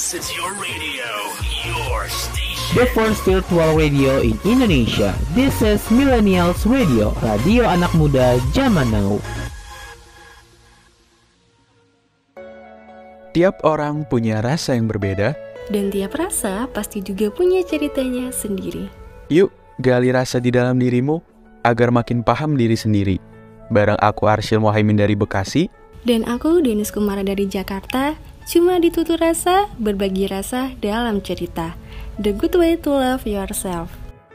This is your radio, your station. The first virtual radio in Indonesia. This is Millennials Radio, radio anak muda zaman now. Tiap orang punya rasa yang berbeda. Dan tiap rasa pasti juga punya ceritanya sendiri. Yuk, gali rasa di dalam dirimu agar makin paham diri sendiri. Bareng aku Arsyil Mohaimin dari Bekasi. Dan aku Denis Kumara dari Jakarta. Cuma ditutur rasa, berbagi rasa dalam cerita. The good way to love yourself.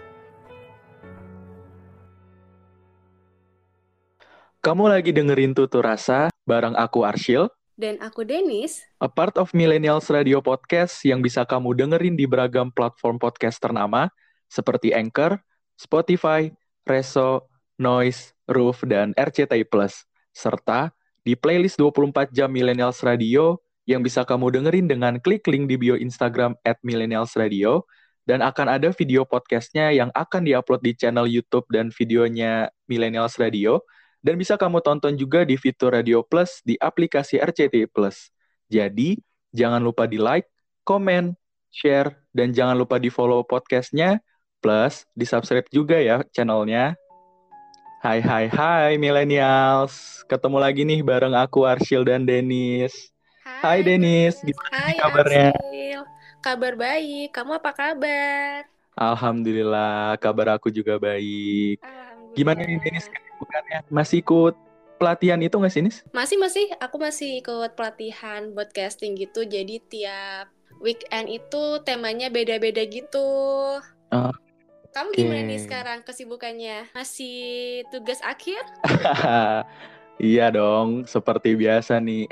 Kamu lagi dengerin Tutur Rasa bareng aku Arsyil. Dan aku Denis. A part of Millennials Radio Podcast yang bisa kamu dengerin di beragam platform podcast ternama seperti Anchor, Spotify, Reso, Noise, Roof, dan RCTI+. Serta di playlist 24 jam Millennials Radio yang bisa kamu dengerin dengan klik link di bio Instagram @millennialsradio, dan akan ada video podcastnya yang akan diupload di channel YouTube dan videonya Millennials Radio, dan bisa kamu tonton juga di fitur Radio Plus di aplikasi RCTI Plus. Jadi, jangan lupa di like, komen, share, dan jangan lupa di follow podcastnya, plus di subscribe juga ya channelnya. Hai Millennials, ketemu lagi nih bareng aku Arsyil dan Denis. Hai Denis, gimana kabarnya? Arsyil. Kabar baik, kamu apa kabar? Alhamdulillah, kabar aku juga baik. Alhamdulillah. Gimana nih Denis kesibukannya? Masih ikut pelatihan itu nggak sih, Nis? Aku masih ikut pelatihan broadcasting gitu. Jadi tiap weekend itu temanya beda-beda gitu. Kamu gimana nih sekarang kesibukannya? Masih tugas akhir? Iya dong, seperti biasa nih.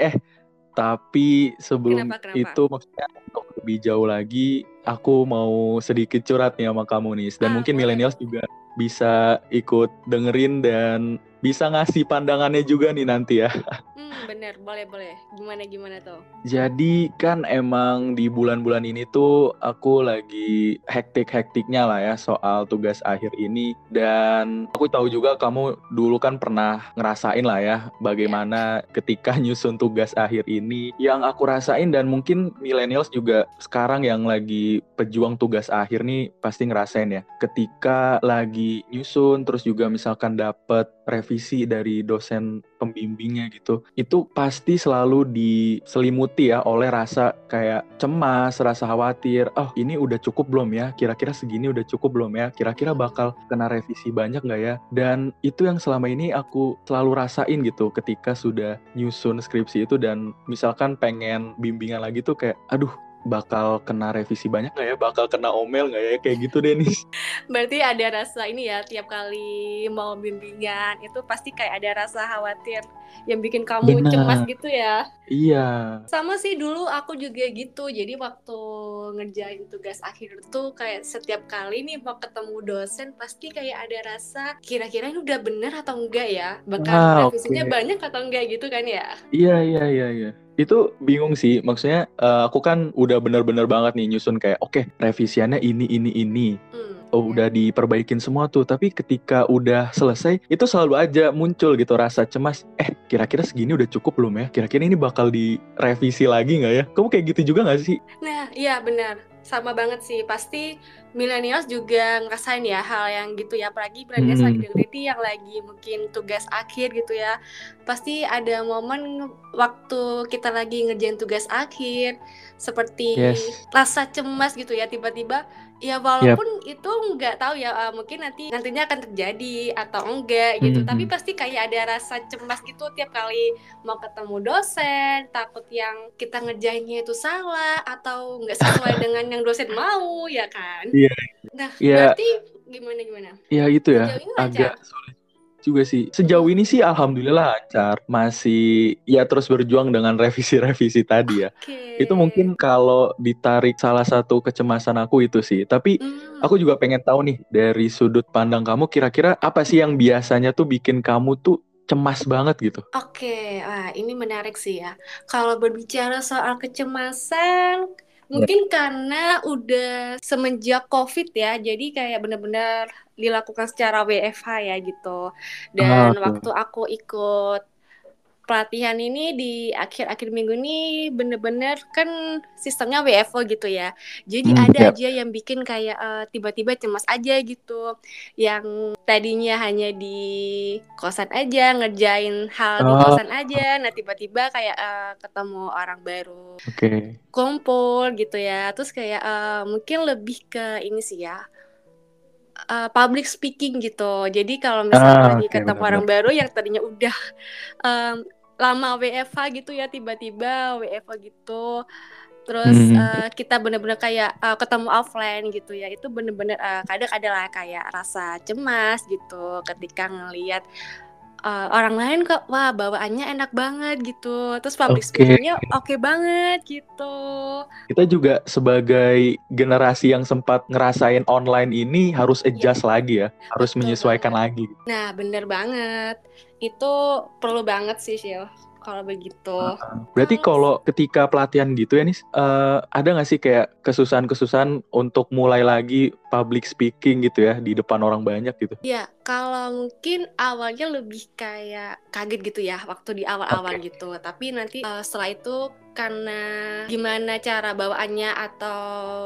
Tapi sebelum Kenapa? itu, maksudnya untuk lebih jauh lagi, aku mau sedikit curhat nih sama kamu nih. Dan mungkin millennials juga bisa ikut dengerin dan bisa ngasih pandangannya juga nih nanti ya. Bener, boleh. Gimana tuh? Jadi kan emang di bulan-bulan ini tuh aku lagi hektik-hektiknya lah ya soal tugas akhir ini. Dan aku tahu juga kamu dulu kan pernah ngerasain lah ya bagaimana ketika nyusun tugas akhir ini. Yang aku rasain, dan mungkin millennials juga sekarang yang lagi pejuang tugas akhir nih pasti ngerasain ya. Ketika lagi nyusun terus juga misalkan dapet revisi dari dosen pembimbingnya gitu, itu pasti selalu diselimuti ya oleh rasa kayak cemas, rasa khawatir. Oh, ini udah cukup belum ya? Kira-kira segini udah cukup belum ya? Kira-kira bakal kena revisi banyak nggak ya? Dan itu yang selama ini aku selalu rasain gitu ketika sudah nyusun skripsi itu, dan misalkan pengen bimbingan lagi tuh kayak, aduh, bakal kena revisi banyak nggak ya? Bakal kena omel nggak ya? Kayak gitu deh nih. Berarti ada rasa ini ya, tiap kali mau bimbingan itu pasti kayak ada rasa khawatir yang bikin kamu cemas gitu ya. Iya. Sama sih, dulu aku juga gitu. Jadi waktu ngerjain tugas akhir tuh kayak setiap kali nih mau ketemu dosen pasti kayak ada rasa kira-kira ini udah bener atau enggak ya, bakal revisinya banyak atau enggak gitu kan ya. Iya. Itu bingung sih, maksudnya aku kan udah bener-bener banget nih nyusun kayak oke, revisiannya ini. Udah diperbaikin semua tuh, tapi ketika udah selesai itu selalu aja muncul gitu rasa cemas. Kira-kira segini udah cukup belum ya? Kira-kira ini bakal direvisi lagi nggak ya? Kamu kayak gitu juga nggak sih? Nah, iya benar. Sama banget sih. Pasti millennials juga ngerasain ya hal yang gitu ya. Apalagi millennials lagi dengerin yang lagi mungkin tugas akhir gitu ya. Pasti ada momen waktu kita lagi ngerjain tugas akhir seperti rasa cemas gitu ya, tiba-tiba ya, walaupun itu nggak tahu ya, mungkin nantinya akan terjadi atau enggak gitu, tapi pasti kayak ada rasa cemas gitu tiap kali mau ketemu dosen, takut yang kita ngerjainnya itu salah atau nggak sesuai dengan yang dosen mau, ya kan? Nah, berarti gimana? Ya itu ya, agak sulit juga sih. Sejauh ini sih alhamdulillah lancar. Masih ya terus berjuang dengan revisi-revisi tadi ya. Itu mungkin kalau ditarik salah satu kecemasan aku itu sih. Tapi aku juga pengen tahu nih dari sudut pandang kamu, kira-kira apa sih yang biasanya tuh bikin kamu tuh cemas banget gitu? Ini menarik sih ya. Kalau berbicara soal kecemasan, mungkin karena udah semenjak COVID ya, jadi kayak benar-benar dilakukan secara WFH ya gitu. Dan waktu aku ikut pelatihan ini di akhir-akhir minggu ini bener-bener kan sistemnya WFO gitu ya. Jadi ada aja yang bikin kayak tiba-tiba cemas aja gitu. Yang tadinya hanya di kosan aja, ngerjain hal di kosan aja. Nah tiba-tiba kayak ketemu orang baru, kumpul gitu ya. Terus kayak mungkin lebih ke ini sih ya, public speaking gitu. Jadi kalau misalnya lagi ketemu orang baru yang tadinya udah lama WFH gitu ya, tiba-tiba WFH gitu. Terus kita bener-bener kayak ketemu offline gitu ya. Itu bener-bener kadang adalah kayak rasa cemas gitu ketika ngelihat orang lain kok wah bawaannya enak banget gitu. Terus public speaking-nya oke banget gitu. Kita juga sebagai generasi yang sempat ngerasain online ini harus adjust lagi ya. Harus menyesuaikan lagi. Nah, bener banget. Itu perlu banget sih, Syil, kalau begitu. Berarti kalau ketika pelatihan gitu ya Nis, ada nggak sih kayak kesusahan-kesusahan untuk mulai lagi public speaking gitu ya di depan orang banyak gitu? Ya, kalau mungkin awalnya lebih kayak kaget gitu ya waktu di awal-awal gitu. Tapi nanti setelah itu karena gimana cara bawaannya atau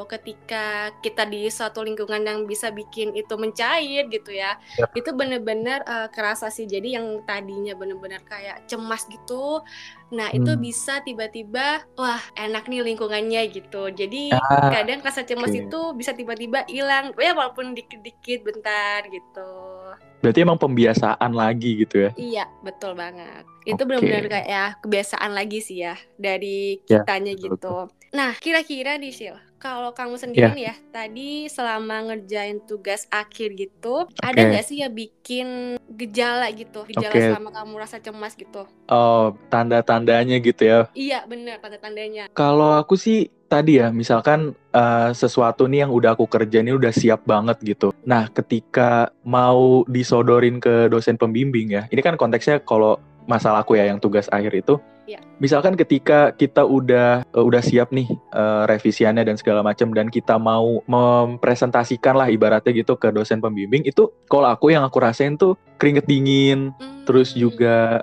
ketika kita di suatu lingkungan yang bisa bikin itu mencair gitu ya, itu bener-bener kerasa sih. Jadi yang tadinya bener-bener kayak cemas gitu, nah itu bisa tiba-tiba wah enak nih lingkungannya gitu. Jadi kadang rasa cemas itu bisa tiba-tiba hilang ya, walaupun dikit-dikit bentar gitu. Berarti emang pembiasaan lagi gitu ya? Iya, betul banget. Itu benar-benar kayak ya kebiasaan lagi sih ya dari kitanya gitu. Nah, kira-kira nih Syil, kalau kamu sendiri nih ya, tadi selama ngerjain tugas akhir gitu, ada nggak sih ya bikin gejala gitu, selama kamu rasa cemas gitu? Oh, tanda-tandanya gitu ya? Iya, benar, tanda-tandanya. Kalau aku sih tadi ya, misalkan sesuatu nih yang udah aku kerjain ini udah siap banget gitu. Nah, ketika mau disodorin ke dosen pembimbing ya, ini kan konteksnya kalau masalah aku ya yang tugas akhir itu, misalkan ketika kita udah siap nih revisiannya dan segala macam dan kita mau mempresentasikan lah ibaratnya gitu ke dosen pembimbing, itu kalau aku yang aku rasain tuh keringet dingin, terus juga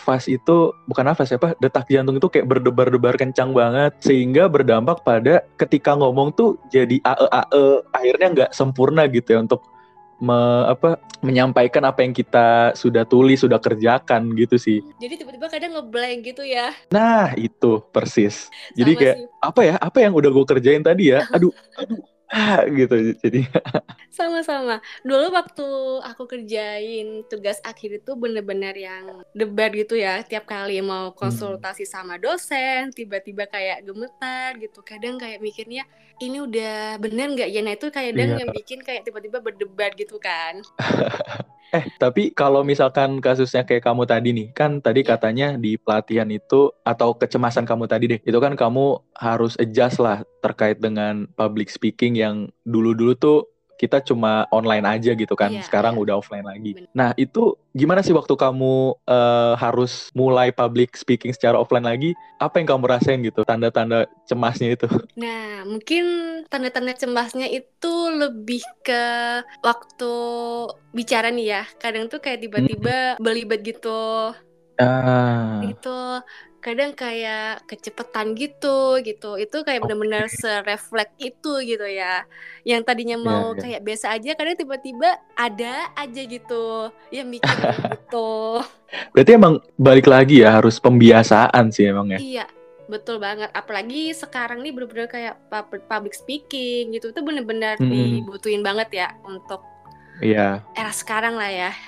detak jantung itu kayak berdebar-debar kencang banget, sehingga berdampak pada ketika ngomong tuh jadi akhirnya nggak sempurna gitu ya untuk menyampaikan apa yang kita sudah tulis, sudah kerjakan gitu sih. Jadi tiba-tiba kadang ngeblank gitu ya. Nah, itu persis. Jadi kayak apa yang udah gue kerjain tadi ya? Aduh. Gitu jadi. Sama-sama. Dulu waktu aku kerjain tugas akhir itu bener-bener yang debat gitu ya. Tiap kali mau konsultasi sama dosen, tiba-tiba kayak gemetar gitu. Kadang kayak mikirnya ini udah bener nggak ya? Nah itu kadang yang bikin kayak tiba-tiba berdebat gitu kan. Tapi kalau misalkan kasusnya kayak kamu tadi nih, kan tadi katanya di pelatihan itu, atau kecemasan kamu tadi deh, itu kan kamu harus adjust lah terkait dengan public speaking yang dulu-dulu tuh kita cuma online aja gitu kan, sekarang udah offline lagi. Nah itu gimana sih waktu kamu harus mulai public speaking secara offline lagi, apa yang kamu rasain gitu, tanda-tanda cemasnya itu? Nah mungkin tanda-tanda cemasnya itu lebih ke waktu bicara nih ya, kadang tuh kayak tiba-tiba belibet gitu. Gitu, kadang kayak kecepetan gitu. Itu kayak benar-benar serefleks itu gitu ya. Yang tadinya mau kayak biasa aja, kadang tiba-tiba ada aja gitu yang bikin gitu. Berarti emang balik lagi ya, harus pembiasaan sih emang ya. Iya, betul banget. Apalagi sekarang nih benar-benar kayak public speaking gitu. Itu benar-benar dibutuhin banget ya untuk era sekarang lah ya.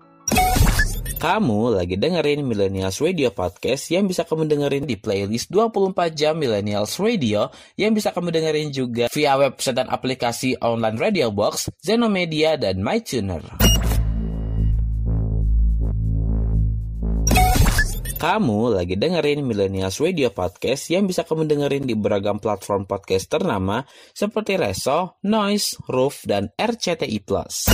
Kamu lagi dengerin Millennials Radio Podcast yang bisa kamu dengerin di playlist 24 jam Millennials Radio yang bisa kamu dengerin juga via website dan aplikasi online Radio Box, Zenomedia, dan MyTuner. Kamu lagi dengerin Millennials Radio Podcast yang bisa kamu dengerin di beragam platform podcast ternama seperti Reso, Noise, Roof, dan RCTI+.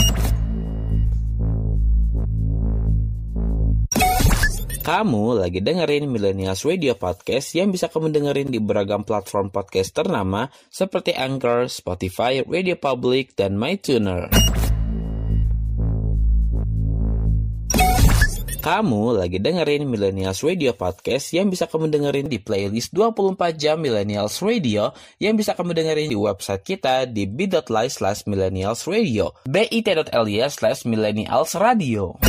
Kamu lagi dengerin Millennials Radio Podcast yang bisa kamu dengerin di beragam platform podcast ternama seperti Anchor, Spotify, Radio Public, dan MyTuner. Kamu lagi dengerin Millennials Radio Podcast yang bisa kamu dengerin di playlist 24 jam Millennials Radio yang bisa kamu dengerin di website kita di bit.ly/millennialsradio bit.ly/millennialsradio.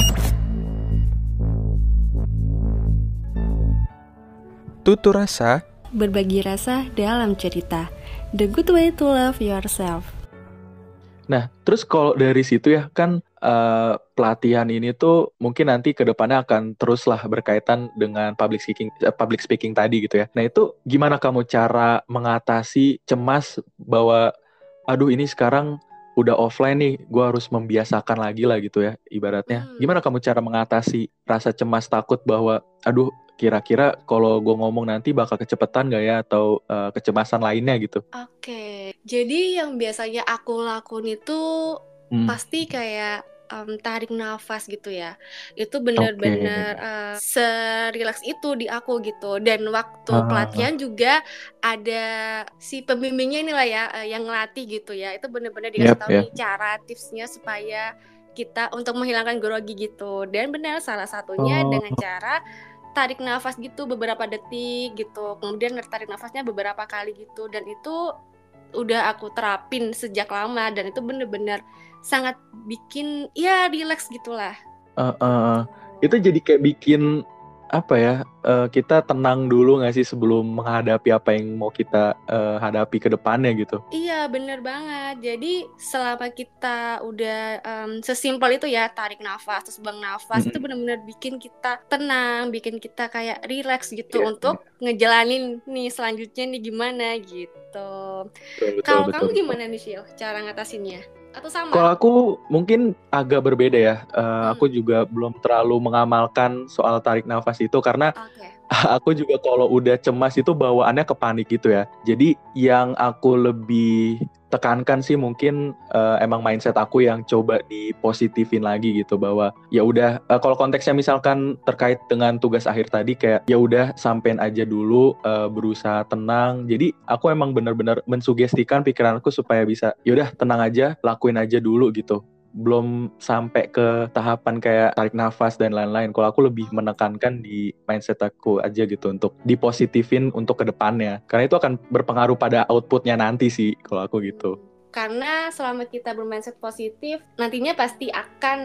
Tutur rasa. Berbagi rasa dalam cerita. The good way to love yourself. Nah, terus kalau dari situ ya kan pelatihan ini tuh mungkin nanti ke depannya akan teruslah berkaitan dengan public speaking tadi gitu ya. Nah, itu gimana kamu cara mengatasi cemas bahwa aduh ini sekarang udah offline nih, gue harus membiasakan lagi lah gitu ya ibaratnya. Gimana kamu cara mengatasi rasa cemas takut bahwa aduh kira-kira kalau gue ngomong nanti bakal kecepetan gak ya atau kecemasan lainnya gitu. Oke, jadi yang biasanya aku lakuin itu pasti kayak tarik nafas gitu ya. Itu benar-benar serilaks itu di aku gitu. Dan waktu pelatihan juga ada si pembimbingnya inilah ya yang ngelatih gitu ya. Itu benar-benar dikasih tahu nih cara tipsnya supaya kita untuk menghilangkan grogi gitu. Dan benar salah satunya dengan cara tarik nafas gitu beberapa detik gitu. Kemudian tarik nafasnya beberapa kali gitu. Dan itu udah aku terapin sejak lama dan itu bener-bener sangat bikin ya relax gitulah. Itu jadi kayak bikin apa ya, kita tenang dulu nggak sih sebelum menghadapi apa yang mau kita hadapi ke depannya gitu. Iya bener banget. Jadi selama kita udah sesimpel itu ya tarik nafas terus buang nafas, itu bener-bener bikin kita tenang, bikin kita kayak relax gitu untuk ngejalanin nih selanjutnya nih gimana gitu. Kalau kamu gimana nih Syil cara ngatasinnya? Atau sama? Kalau aku mungkin agak berbeda ya. Aku juga belum terlalu mengamalkan soal tarik nafas itu karena aku juga kalau udah cemas itu bawaannya ke panik gitu ya. Jadi yang aku lebih tekankan sih mungkin emang mindset aku yang coba dipositifin lagi gitu bahwa ya udah kalau konteksnya misalkan terkait dengan tugas akhir tadi kayak ya udah sampein aja dulu, berusaha tenang. Jadi aku emang benar-benar mensugestikan pikiranku supaya bisa ya udah tenang aja, lakuin aja dulu gitu. Belum sampai ke tahapan kayak tarik nafas dan lain-lain. Kalau aku lebih menekankan di mindset aku aja gitu untuk dipositifin untuk ke depannya. Karena itu akan berpengaruh pada outputnya nanti sih kalau aku gitu. Karena selama kita bermindset positif, nantinya pasti akan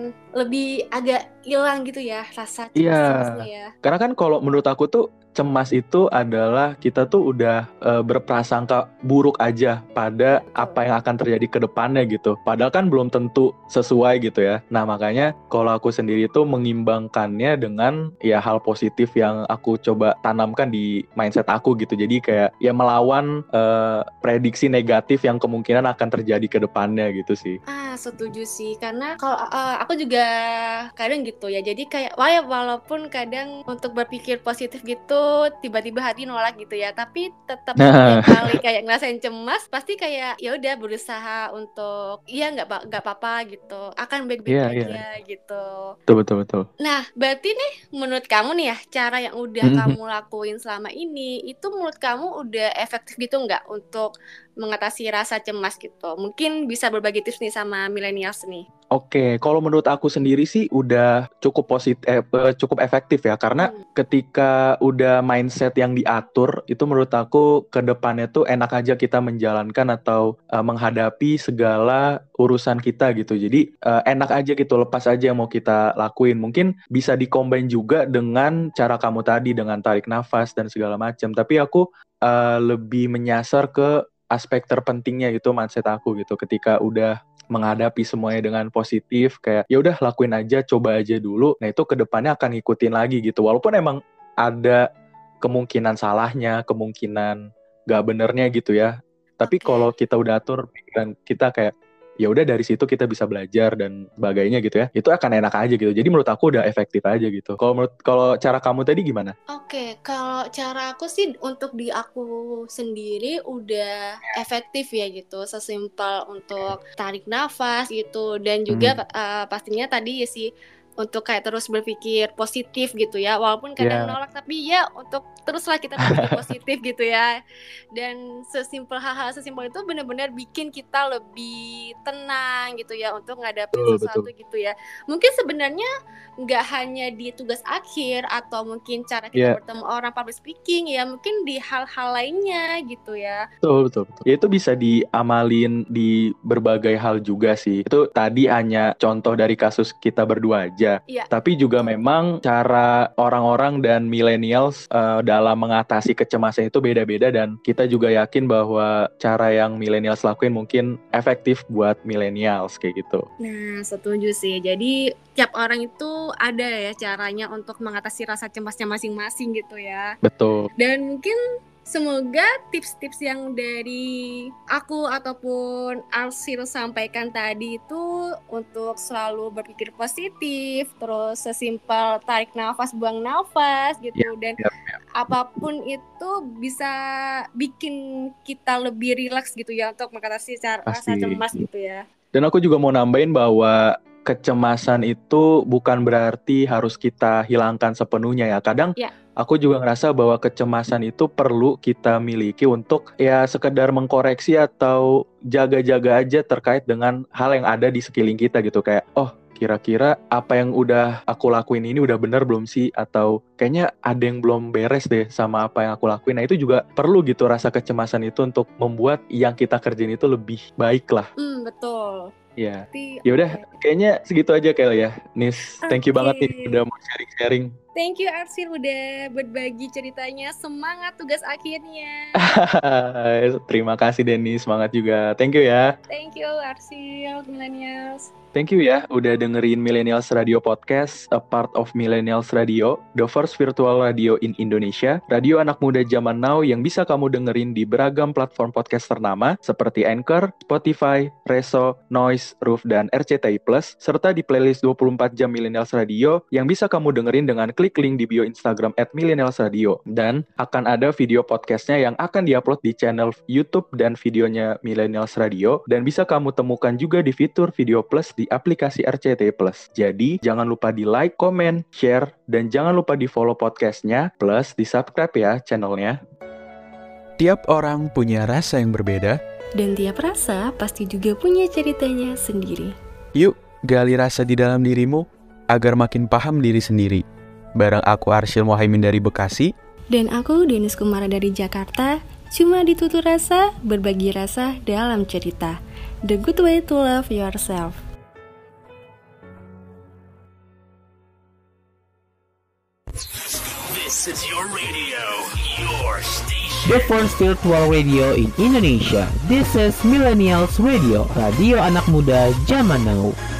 lebih agak hilang gitu ya rasa cemasnya ya. Karena kan kalau menurut aku tuh cemas itu adalah kita tuh udah berprasangka buruk aja pada apa yang akan terjadi ke depannya gitu. Padahal kan belum tentu sesuai gitu ya. Nah makanya kalau aku sendiri tuh mengimbangkannya dengan ya hal positif yang aku coba tanamkan di mindset aku gitu. Jadi kayak ya melawan prediksi negatif yang kemungkinan akan terjadi ke depannya gitu sih. Setuju sih. Karena kalau aku juga kadang gitu ya. Jadi kayak walaupun kadang untuk berpikir positif gitu tiba-tiba hati nolak gitu ya, tapi tetap tiap kali kayak ngerasain cemas pasti kayak ya udah berusaha untuk iya nggak apa-apa gitu, akan baik-baik aja gitu. Betul. Nah berarti nih menurut kamu nih ya cara yang udah kamu lakuin selama ini itu menurut kamu udah efektif gitu nggak untuk mengatasi rasa cemas gitu? Mungkin bisa berbagi tips nih sama millennials nih. Oke, kalau menurut aku sendiri sih udah cukup cukup efektif ya, karena ketika udah mindset yang diatur itu menurut aku ke depannya tuh enak aja kita menjalankan atau menghadapi segala urusan kita gitu. Jadi enak aja gitu, lepas aja yang mau kita lakuin. Mungkin bisa dikombin juga dengan cara kamu tadi dengan tarik nafas dan segala macam. Tapi aku lebih menyasar ke aspek terpentingnya gitu mindset aku gitu. Ketika udah menghadapi semuanya dengan positif kayak ya udah lakuin aja, coba aja dulu. Nah itu kedepannya akan ngikutin lagi gitu. Walaupun emang ada kemungkinan salahnya, kemungkinan gak benernya gitu ya. Tapi kalau kita udah atur pikiran kita kayak ya udah dari situ kita bisa belajar dan sebagainya gitu ya. Itu akan enak aja gitu. Jadi menurut aku udah efektif aja gitu. Kalau cara kamu tadi gimana? Oke, kalau cara aku sih untuk di aku sendiri udah efektif ya gitu. Sesimpel untuk tarik nafas gitu dan juga pastinya tadi ya sih untuk kayak terus berpikir positif gitu ya, walaupun kadang nolak, tapi ya untuk teruslah kita berpikir positif gitu ya. Dan hal-hal sesimpel itu benar-benar bikin kita lebih tenang gitu ya untuk ngadapin sesuatu gitu ya. Mungkin sebenarnya nggak hanya di tugas akhir atau mungkin cara kita bertemu orang, public speaking ya, mungkin di hal-hal lainnya gitu ya. Betul. Ya itu bisa diamalin di berbagai hal juga sih. Itu tadi hanya contoh dari kasus kita berdua aja. Tapi juga memang cara orang-orang dan millennials dalam mengatasi kecemasan itu beda-beda, dan kita juga yakin bahwa cara yang millennials lakuin mungkin efektif buat millennials kayak gitu. Nah, setuju sih. Jadi tiap orang itu ada ya caranya untuk mengatasi rasa cemasnya masing-masing gitu ya. Betul. Dan mungkin semoga tips-tips yang dari aku ataupun Arsil sampaikan tadi itu untuk selalu berpikir positif, terus sesimpel tarik nafas, buang nafas gitu, dan apapun itu bisa bikin kita lebih rileks gitu ya untuk mengatasi rasa cemas gitu ya. Dan aku juga mau nambahin bahwa kecemasan itu bukan berarti harus kita hilangkan sepenuhnya ya. Kadang aku juga ngerasa bahwa kecemasan itu perlu kita miliki untuk ya sekedar mengkoreksi atau jaga-jaga aja terkait dengan hal yang ada di sekeliling kita gitu. Kayak, oh kira-kira apa yang udah aku lakuin ini udah bener belum sih? Atau kayaknya ada yang belum beres deh sama apa yang aku lakuin. Nah itu juga perlu gitu, rasa kecemasan itu untuk membuat yang kita kerjain itu lebih baik lah. Betul. Ya, yaudah kayaknya segitu aja kali ya, Nis. Thank you banget nih udah mau sharing-sharing. Thank you Arsil udah berbagi ceritanya. Semangat tugas akhirnya. Terima kasih Dennis, semangat juga. Thank you ya. Thank you Arsil, Millennials. Thank you ya udah dengerin Millennials Radio Podcast, a part of Millennials Radio, the first virtual radio in Indonesia, radio anak muda zaman now yang bisa kamu dengerin di beragam platform podcast ternama seperti Anchor, Spotify, Reso, Noise, Roof, dan RCTI Plus, serta di playlist 24 jam Millennials Radio yang bisa kamu dengerin dengan klik link di bio Instagram @millennialsradio. Dan akan ada video podcastnya yang akan diupload di channel YouTube dan videonya Millennials Radio, dan bisa kamu temukan juga di fitur Video Plus di aplikasi RCTI Plus. Jadi, jangan lupa di like, komen, share, dan jangan lupa di follow podcastnya, plus di subscribe ya channelnya. Tiap orang punya rasa yang berbeda, dan tiap rasa pasti juga punya ceritanya sendiri. Yuk, gali rasa di dalam dirimu, agar makin paham diri sendiri. Bareng aku Arsyil Mohaimin dari Bekasi, dan aku Denis Kumara dari Jakarta. Cuma ditutur rasa, berbagi rasa dalam cerita. The good way to love yourself. This is your radio, your station. The first virtual radio in Indonesia. This is Millennials Radio, radio anak muda zaman now.